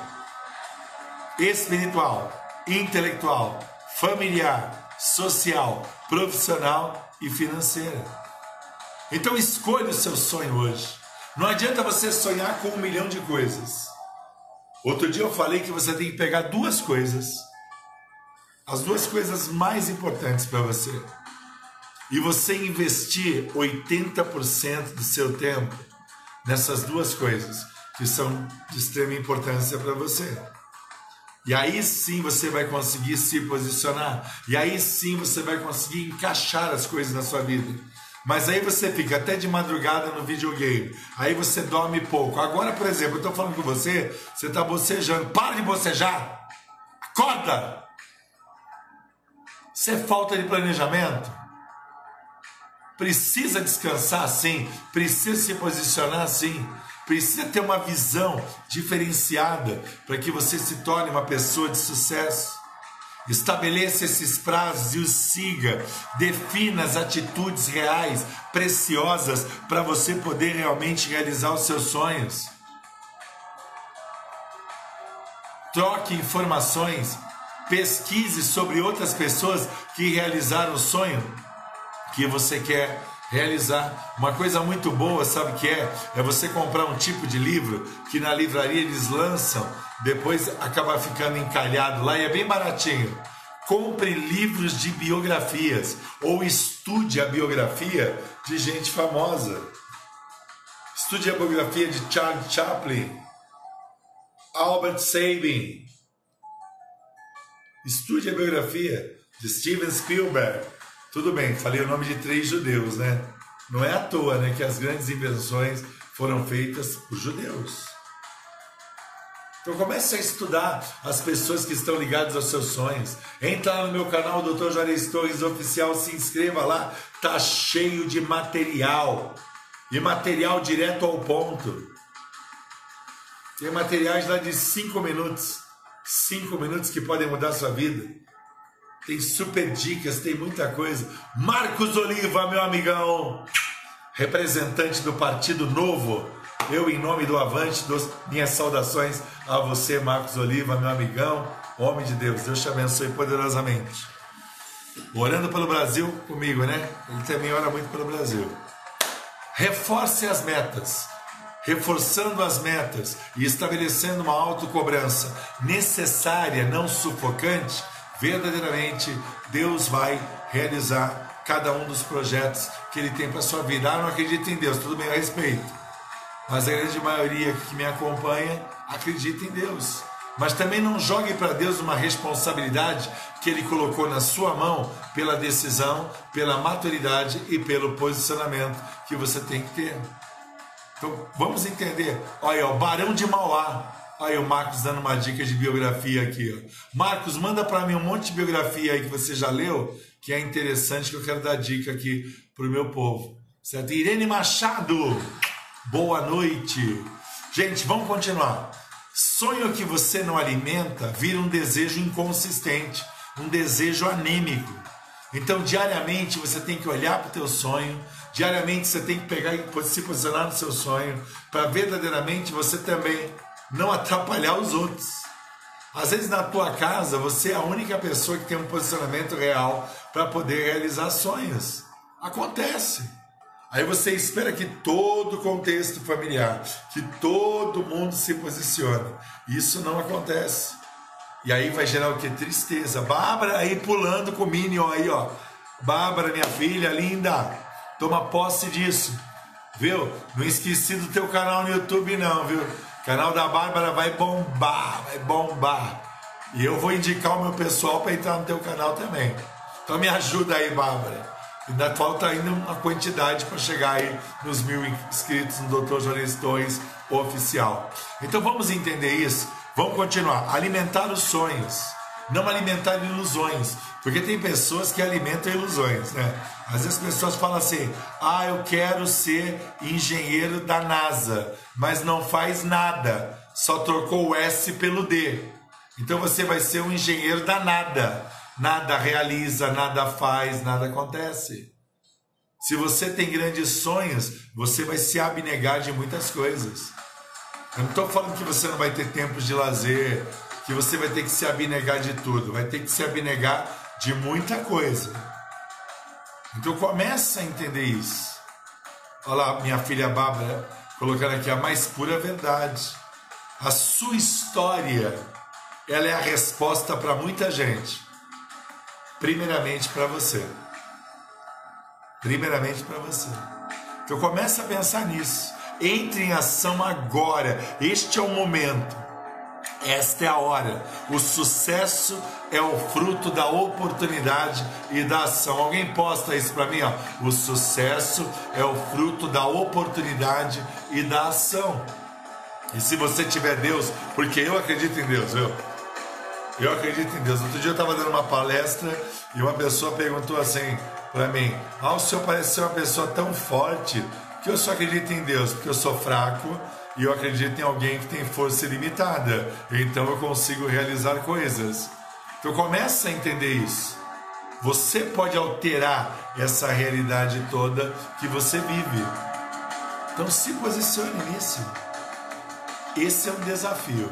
espiritual, intelectual, familiar, social, profissional e financeira. Então escolha o seu sonho hoje. Não adianta você sonhar com 1 milhão de coisas. Outro dia eu falei que você tem que pegar 2 coisas, as 2 coisas mais importantes para você, e você investir 80% do seu tempo nessas 2 coisas que são de extrema importância para você. E aí sim você vai conseguir se posicionar, e aí sim você vai conseguir encaixar as coisas na sua vida. Mas aí você fica até de madrugada no videogame, aí você dorme pouco. Agora, por exemplo, eu estou falando com você, você está bocejando. Para de bocejar! Acorda! Isso é falta de planejamento. Precisa descansar sim, precisa se posicionar sim, precisa ter uma visão diferenciada para que você se torne uma pessoa de sucesso. Estabeleça esses prazos e os siga. Defina as atitudes reais, preciosas, para você poder realmente realizar os seus sonhos. Troque informações, pesquise sobre outras pessoas que realizaram o sonho que você quer realizar. Uma coisa muito boa, sabe o que é? É você comprar um tipo de livro que na livraria eles lançam, depois acaba ficando encalhado lá e é bem baratinho. Compre livros de biografias ou estude a biografia de gente famosa. Estude a biografia de Charlie Chaplin, Albert Sabin. Estude a biografia de Steven Spielberg. Tudo bem, falei o nome de 3 judeus, né? Não é à toa, né, que as grandes invenções foram feitas por judeus. Então comece a estudar as pessoas que estão ligadas aos seus sonhos. Entra lá no meu canal, Dr. Juarez Torres Oficial, se inscreva lá. Tá cheio de material. E material direto ao ponto. Tem materiais lá de 5 minutos. 5 minutos que podem mudar a sua vida. Tem super dicas, tem muita coisa. Marcos Oliva, meu amigão, representante do Partido Novo. Eu, em nome do Avante, dou minhas saudações a você, Marcos Oliva, meu amigão, homem de Deus. Deus te abençoe poderosamente. Orando pelo Brasil comigo, né? Ele também ora muito pelo Brasil. Reforce as metas. Reforçando as metas e estabelecendo uma autocobrança necessária, não sufocante, verdadeiramente Deus vai realizar cada um dos projetos que Ele tem para a sua vida. Ah, não acredito em Deus, tudo bem, eu respeito. Mas a grande maioria que me acompanha acredita em Deus. Mas também não jogue para Deus uma responsabilidade que Ele colocou na sua mão pela decisão, pela maturidade e pelo posicionamento que você tem que ter. Então vamos entender. Olha, o Barão de Mauá. Olha o Marcos dando uma dica de biografia aqui. Ó. Marcos, manda para mim um monte de biografia aí que você já leu, que é interessante, que eu quero dar dica aqui para o meu povo. Certo? Irene Machado, boa noite. Gente, vamos continuar. Sonho que você não alimenta vira um desejo inconsistente, um desejo anêmico. Então, diariamente, você tem que olhar para o teu sonho, diariamente você tem que pegar e se posicionar no seu sonho, para verdadeiramente você também não atrapalhar os outros. Às vezes na tua casa você é a única pessoa que tem um posicionamento real para poder realizar sonhos. Acontece. Aí você espera que todo o contexto familiar, que todo mundo se posicione. Isso não acontece. E aí vai gerar o que? Tristeza. Bárbara aí pulando com o Minion aí, ó. Bárbara, minha filha linda, toma posse disso. Viu? Não esqueci do teu canal no YouTube não, viu? O canal da Bárbara vai bombar, vai bombar. E eu vou indicar o meu pessoal para entrar no teu canal também. Então me ajuda aí, Bárbara. Ainda falta ainda uma quantidade para chegar aí nos 1000 inscritos no Dr. Juarez Torres Oficial. Então vamos entender isso. Vamos continuar. Alimentar os sonhos. Não alimentar ilusões. Porque tem pessoas que alimentam ilusões, né? Às vezes as pessoas falam assim: ah, eu quero ser engenheiro da NASA, mas não faz nada, só trocou o S pelo D. Então você vai ser um engenheiro da nada. Nada realiza, nada faz, nada acontece. Se você tem grandes sonhos, você vai se abnegar de muitas coisas. Eu não estou falando que você não vai ter tempos de lazer, que você vai ter que se abnegar de tudo, vai ter que se abnegar de muita coisa. Então começa a entender isso. Olha lá, minha filha Bárbara colocando aqui a mais pura verdade. A sua história, ela é a resposta para muita gente. Primeiramente para você. Primeiramente para você. Então começa a pensar nisso. Entre em ação agora. Este é o momento. Esta é a hora. O sucesso é o fruto da oportunidade e da ação. Alguém posta isso para mim, ó. O sucesso é o fruto da oportunidade e da ação. E se você tiver Deus, porque eu acredito em Deus, viu? Eu acredito em Deus. Outro dia eu estava dando uma palestra e uma pessoa perguntou assim para mim: ah, o senhor parece ser uma pessoa tão forte que eu só acredito em Deus, porque eu sou fraco e eu acredito em alguém que tem força ilimitada. Então eu consigo realizar coisas. Então começa a entender isso. Você pode alterar essa realidade toda que você vive. Então se posicione nisso. Esse é um desafio.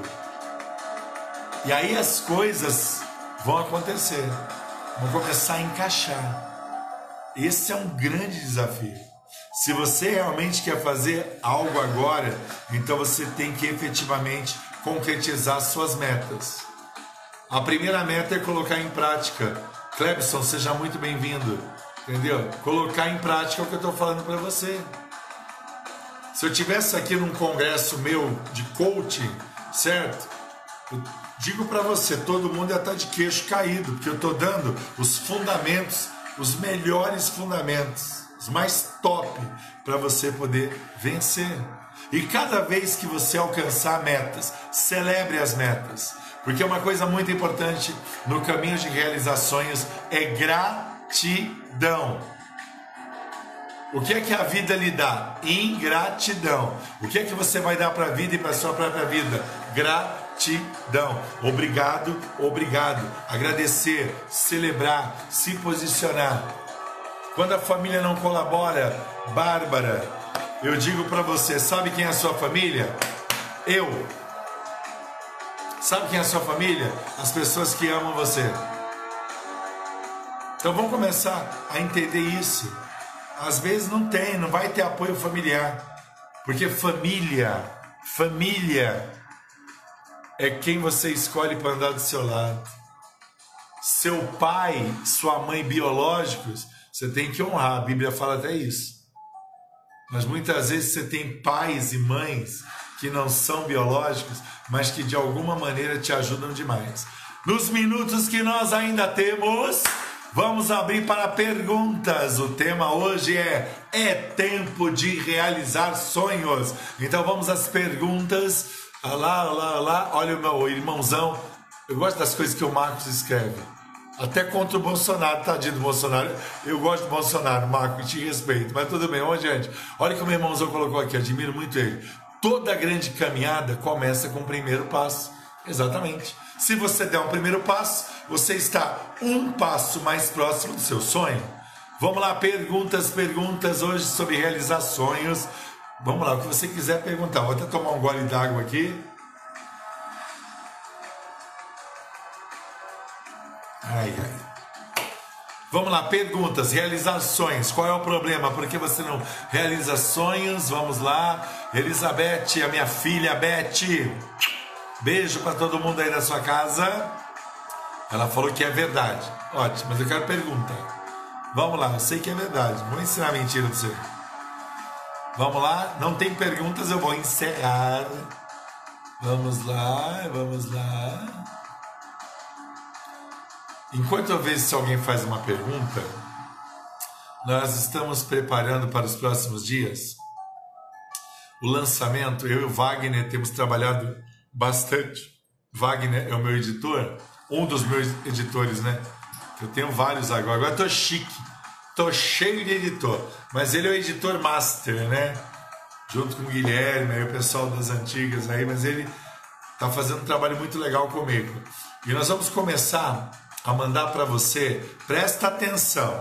E aí as coisas vão acontecer, vão começar a encaixar. Esse é um grande desafio. Se você realmente quer fazer algo agora, então você tem que efetivamente concretizar suas metas. A primeira meta é colocar em prática. Clebson, seja muito bem-vindo. Entendeu? Colocar em prática é o que eu estou falando para você. Se eu tivesse aqui num congresso meu de coaching, certo? Eu digo para você, todo mundo ia estar de queixo caído, porque eu estou dando os fundamentos, os melhores fundamentos, os mais top, para você poder vencer. E cada vez que você alcançar metas, celebre as metas. Porque uma coisa muito importante no caminho de realizar sonhos é gratidão. O que é que a vida lhe dá? Ingratidão. O que é que você vai dar para a vida e para a sua própria vida? Gratidão. Obrigado, obrigado. Agradecer, celebrar, se posicionar. Quando a família não colabora, Bárbara, eu digo para você, sabe quem é a sua família? Eu. Sabe quem é a sua família? As pessoas que amam você. Então vamos começar a entender isso. Às vezes não vai ter apoio familiar. Porque família é quem você escolhe para andar do seu lado. Seu pai, sua mãe biológicos, você tem que honrar. A Bíblia fala até isso. Mas muitas vezes você tem pais e mães que não são biológicos, mas que de alguma maneira te ajudam demais. Nos minutos que nós ainda temos, vamos abrir para perguntas. O tema hoje é tempo de realizar sonhos. Então vamos às perguntas. Olá. Olha o meu irmãozão. Eu gosto das coisas que o Marcos escreve. Até contra o Bolsonaro, tadinho do Bolsonaro. Eu gosto do Bolsonaro, Marcos, te respeito. Mas tudo bem, gente. Olha o que o meu irmãozão colocou aqui, admiro muito ele. Toda grande caminhada começa com o primeiro passo. Exatamente. Se você der um primeiro passo, você está um passo mais próximo do seu sonho. Vamos lá, perguntas hoje sobre realizar sonhos. Vamos lá, o que você quiser perguntar. Vou até tomar um gole d'água aqui. Ai. Vamos lá, perguntas, realizar sonhos. Qual é o problema? Por que você não realiza sonhos? Vamos lá. Elizabeth, a minha filha Beth. Beijo para todo mundo aí da sua casa. Ela falou que é verdade. Ótimo, mas eu quero perguntar. Vamos lá, eu sei que é verdade. Vou ensinar mentira pra você. Vamos lá, não tem perguntas, eu vou encerrar. Vamos lá. Enquanto eu vejo se alguém faz uma pergunta, nós estamos preparando para os próximos dias o lançamento. Eu e o Wagner temos trabalhado bastante. Wagner é o meu editor, um dos meus editores, né? Eu tenho vários agora. Agora tô chique, tô cheio de editor. Mas ele é o editor master, né? Junto com o Guilherme, aí o pessoal das antigas aí. Mas ele tá fazendo um trabalho muito legal comigo. E nós vamos começar a mandar para você, presta atenção,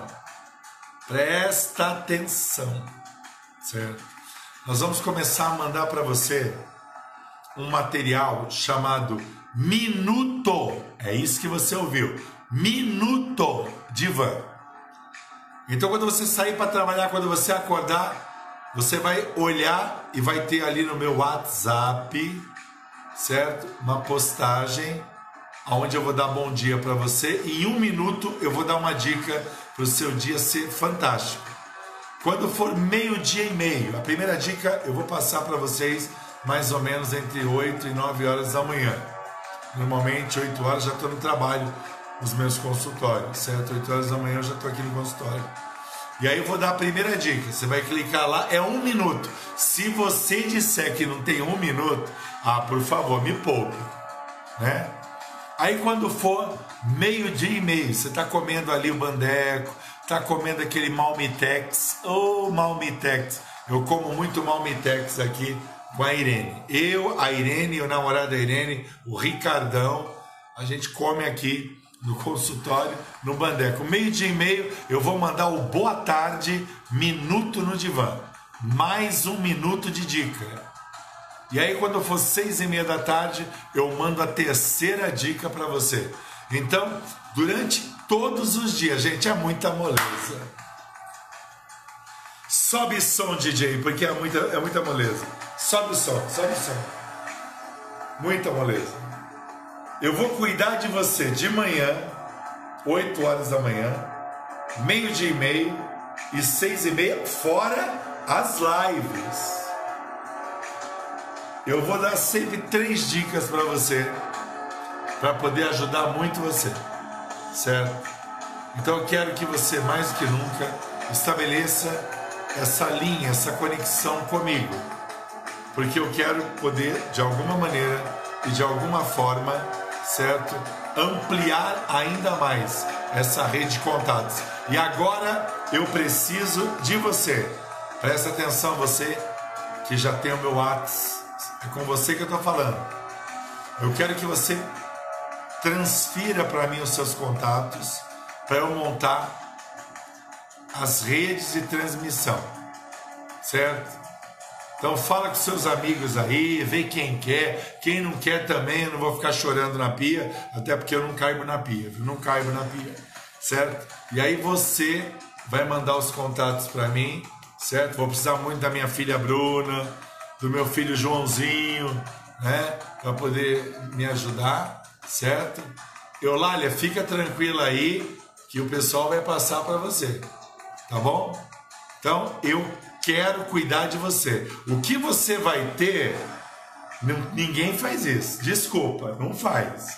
certo? Nós vamos começar a mandar para você um material chamado Minuto, é isso que você ouviu, Minuto Divã. Então quando você sair para trabalhar, quando você acordar, você vai olhar e vai ter ali no meu WhatsApp, certo? Uma postagem onde eu vou dar bom dia para você. Em 1 minuto eu vou dar uma dica para o seu dia ser fantástico. Quando for 12:30, a primeira dica eu vou passar para vocês mais ou menos entre 8 e 9 horas da manhã. Normalmente 8 horas já estou no trabalho nos meus consultórios, certo? 8 horas da manhã eu já estou aqui no consultório. E aí eu vou dar a primeira dica, você vai clicar lá, é 1 minuto. Se você disser que não tem 1 minuto, por favor, me poupe, né? Aí quando for 12:30, você está comendo ali o bandeco, está comendo aquele Malmitex, Malmitex, eu como muito Malmitex aqui com a Irene. Eu, a Irene, o namorado da Irene, o Ricardão, a gente come aqui no consultório, no bandeco. 12:30 eu vou mandar o boa tarde, minuto no divã, mais 1 minuto de dica. E aí quando for 6:30 da tarde, eu mando a terceira dica para você. Então, durante todos os dias, gente, é muita moleza. Sobe som, DJ, porque é muita moleza. Sobe o som. Muita moleza. Eu vou cuidar de você de manhã, 8 horas da manhã, meio-dia e meio e 6h30, fora as lives. Eu vou dar sempre 3 dicas para você, para poder ajudar muito você, certo? Então eu quero que você, mais do que nunca, estabeleça essa linha, essa conexão comigo, porque eu quero poder, de alguma maneira e de alguma forma, certo, ampliar ainda mais essa rede de contatos. E agora eu preciso de você. Presta atenção, você que já tem o meu WhatsApp, é com você que eu estou falando. Eu quero que você transfira para mim os seus contatos para eu montar as redes de transmissão, certo? Então fala com seus amigos aí, vê quem não quer também, eu não vou ficar chorando na pia, até porque eu não caibo na pia, não caibo na pia, certo? E aí você vai mandar os contatos para mim, certo? Vou precisar muito da minha filha Bruna, do meu filho Joãozinho, né? Para poder me ajudar, certo? Eulália, fica tranquila aí que o pessoal vai passar para você, tá bom? Então eu quero cuidar de você. O que você vai ter, ninguém faz isso. Desculpa, não faz.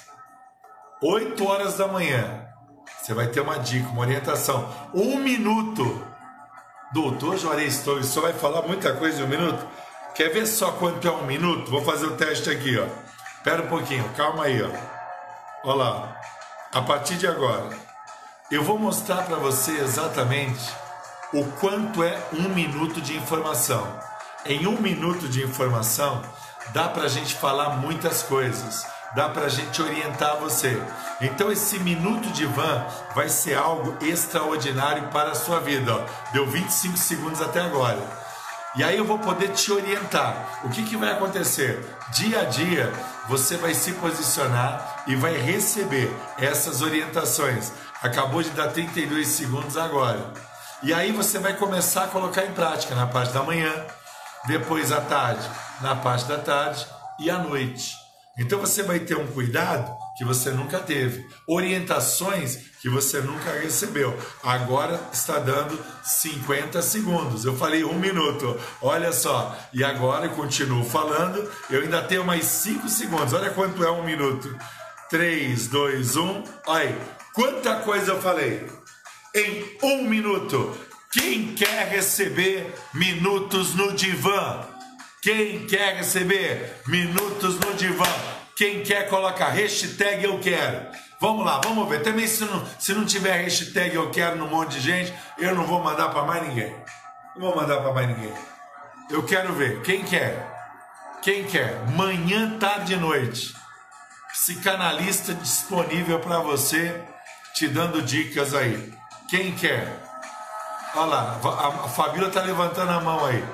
8 horas da manhã, você vai ter uma dica, uma orientação. 1 minuto. Doutor Juarez Torres, só vai falar muita coisa em 1 minuto? Quer ver só quanto é 1 minuto? Vou fazer o teste aqui, ó. Espera um pouquinho, calma aí, ó. Olha lá. A partir de agora, eu vou mostrar para você exatamente o quanto é 1 minuto de informação. Em 1 minuto de informação, dá para a gente falar muitas coisas, dá para a gente orientar você. Então esse minuto de van vai ser algo extraordinário para a sua vida. Ó. Deu 25 segundos até agora. E aí eu vou poder te orientar. O que vai acontecer? Dia a dia você vai se posicionar e vai receber essas orientações. Acabou de dar 32 segundos agora. E aí você vai começar a colocar em prática na parte da manhã, depois à tarde, na parte da tarde e à noite. Então você vai ter um cuidado que você nunca teve, orientações que você nunca recebeu. Agora está dando 50 segundos. Eu falei 1 minuto, olha só. E agora eu continuo falando, eu ainda tenho mais 5 segundos. Olha quanto é 1 minuto. 3, 2, 1. Olha aí, quanta coisa eu falei. Em 1 minuto, quem quer receber minutos no divã? Quem quer receber minutos no divã? Quem quer colocar hashtag eu quero? Vamos lá, vamos ver. Também se não tiver hashtag eu quero num monte de gente, eu não vou mandar para mais ninguém. Não vou mandar para mais ninguém. Eu quero ver. Quem quer? Quem quer? Manhã, tarde e noite. Psicanalista disponível para você, te dando dicas aí. Quem quer? Olha lá, a Fabíola tá levantando a mão aí.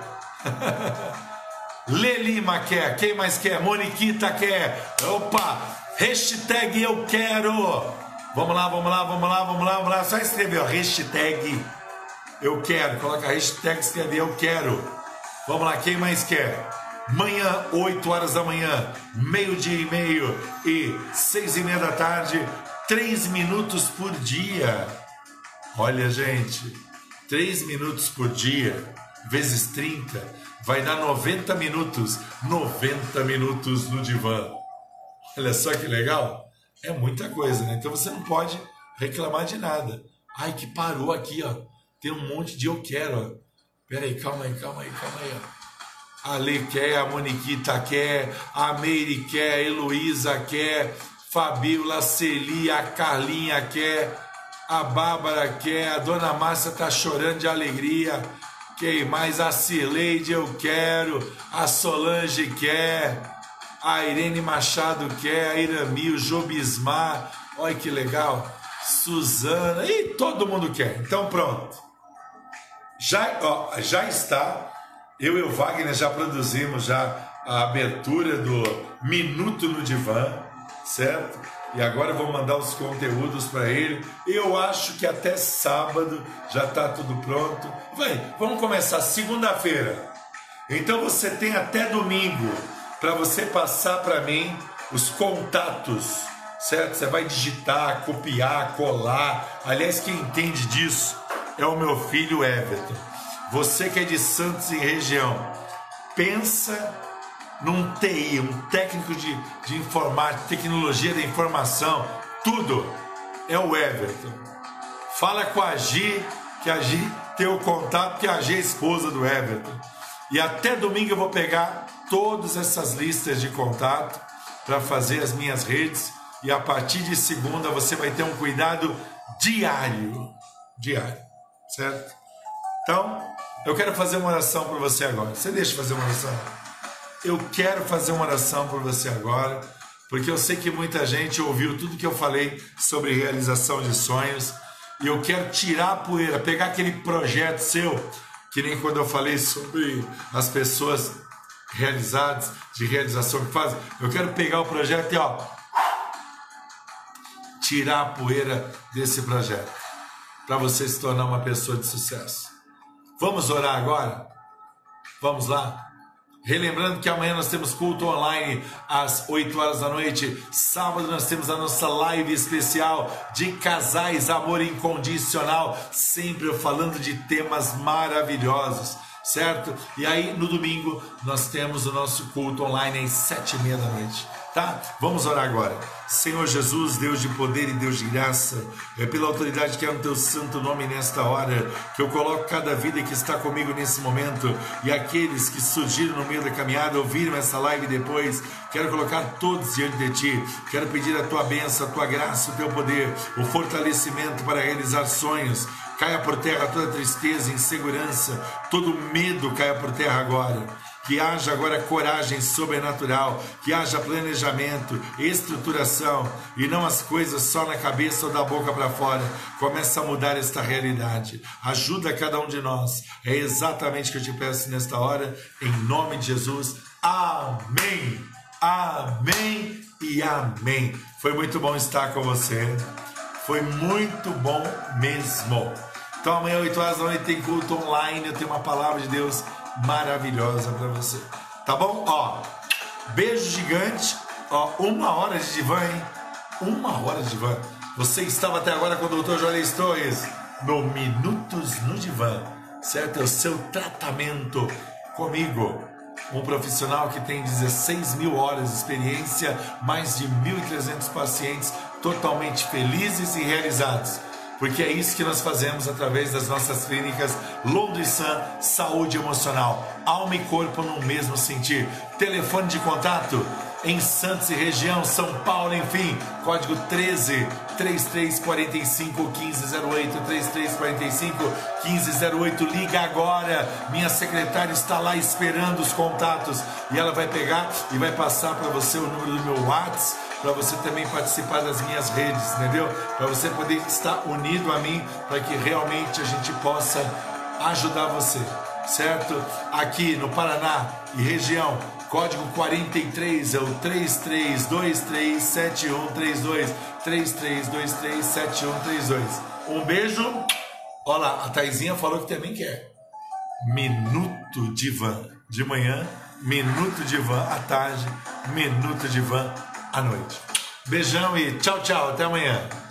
Lelima quer, quem mais quer? Moniquita quer. Opa, hashtag eu quero. Vamos lá, vamos lá, vamos lá, vamos lá, vamos lá. Só escreveu hashtag eu quero. Coloca hashtag, escreve eu quero. Vamos lá, quem mais quer? Manhã, 8 horas da manhã, meio-dia e meio e 6h30 da tarde, 3 minutos por dia. Olha, gente, 3 minutos por dia, vezes 30, vai dar 90 minutos. 90 minutos no divã. Olha só que legal. É muita coisa, né? Então você não pode reclamar de nada. Ai, que parou aqui, ó. Tem um monte de eu quero, ó. Pera aí, calma aí, calma aí, calma aí, ó. A Lê quer, a Moniquita quer, a Meire quer, a Heloísa quer, Fabíola, a Celi, a Carlinha quer, a Bárbara quer, a Dona Márcia tá chorando de alegria. Quem mais? A Cirleide eu quero, a Solange quer, a Irene Machado quer, a Irami, o Jobismar, olha que legal, Suzana, e todo mundo quer. Então pronto, já está, eu e o Wagner já produzimos já a abertura do Minuto no Divã, certo? E agora eu vou mandar os conteúdos para ele. Eu acho que até sábado já está tudo pronto. Vamos começar segunda-feira. Então você tem até domingo para você passar para mim os contatos certo? Você vai digitar, copiar, colar. Aliás, quem entende disso é o meu filho Everton. Você que é de Santos e região, pensa num TI, um técnico de informática, tecnologia da informação, tudo é o Everton. Fala com a Gi, que a Gi tem o contato, que a Gi é a esposa do Everton. E até domingo eu vou pegar todas essas listas de contato para fazer as minhas redes. E a partir de segunda você vai ter um cuidado diário, certo? Então, eu quero fazer uma oração por você agora. Você deixa eu fazer uma oração? Eu quero fazer uma oração por você agora, porque eu sei que muita gente ouviu tudo que eu falei sobre realização de sonhos, e eu quero tirar a poeira, pegar aquele projeto seu, que nem quando eu falei sobre as pessoas realizadas, de realização que fazem. Eu quero pegar o projeto e tirar a poeira desse projeto, para você se tornar uma pessoa de sucesso. Vamos orar agora? Vamos lá? Relembrando que amanhã nós temos culto online às 8 horas da noite. Sábado nós temos a nossa live especial de casais, amor incondicional. Sempre eu falando de temas maravilhosos, certo? E aí no domingo nós temos o nosso culto online às 7h30 da noite. Tá? Vamos orar agora. Senhor Jesus, Deus de poder e Deus de graça, é pela autoridade que é no teu santo nome nesta hora, que eu coloco cada vida que está comigo nesse momento, e aqueles que surgiram no meio da caminhada, ouviram essa live depois, quero colocar todos diante de ti, quero pedir a tua bênção, a tua graça, o teu poder, o fortalecimento para realizar sonhos. Caia por terra toda tristeza, insegurança, todo medo caia por terra agora. Que haja agora coragem sobrenatural, que haja planejamento, estruturação, e não as coisas só na cabeça ou da boca para fora. Começa a mudar esta realidade. Ajuda cada um de nós. É exatamente o que eu te peço nesta hora, em nome de Jesus. Amém, amém e amém. Foi muito bom estar com você. Foi muito bom mesmo. Então amanhã, 8 horas da noite, tem culto online. Eu tenho uma palavra de Deus maravilhosa para você. Tá bom? Beijo gigante. 1 hora de divã, hein? 1 hora de divã. Você estava até agora com o Dr. Juarez Torres no Minutos no Divã, certo? É o seu tratamento comigo. Um profissional que tem 16.000 horas de experiência, mais de 1.300 pacientes totalmente felizes e realizados. Porque é isso que nós fazemos através das nossas clínicas Londres Sun Saúde Emocional, alma e corpo no mesmo sentir. Telefone de contato em Santos e região, São Paulo, enfim, código 13 3345 1508, 3345 1508. Liga agora, minha secretária está lá esperando os contatos e ela vai pegar e vai passar para você o número do meu WhatsApp, para você também participar das minhas redes, entendeu? Para você poder estar unido a mim, para que realmente a gente possa ajudar você, certo? Aqui no Paraná e região, código 43 é o 33237132, 33237132. Um beijo. Olha lá, a Taizinha falou que também quer Minuto Divã de manhã, Minuto Divã à tarde, Minuto Divã à noite. Beijão e tchau, tchau. Até amanhã.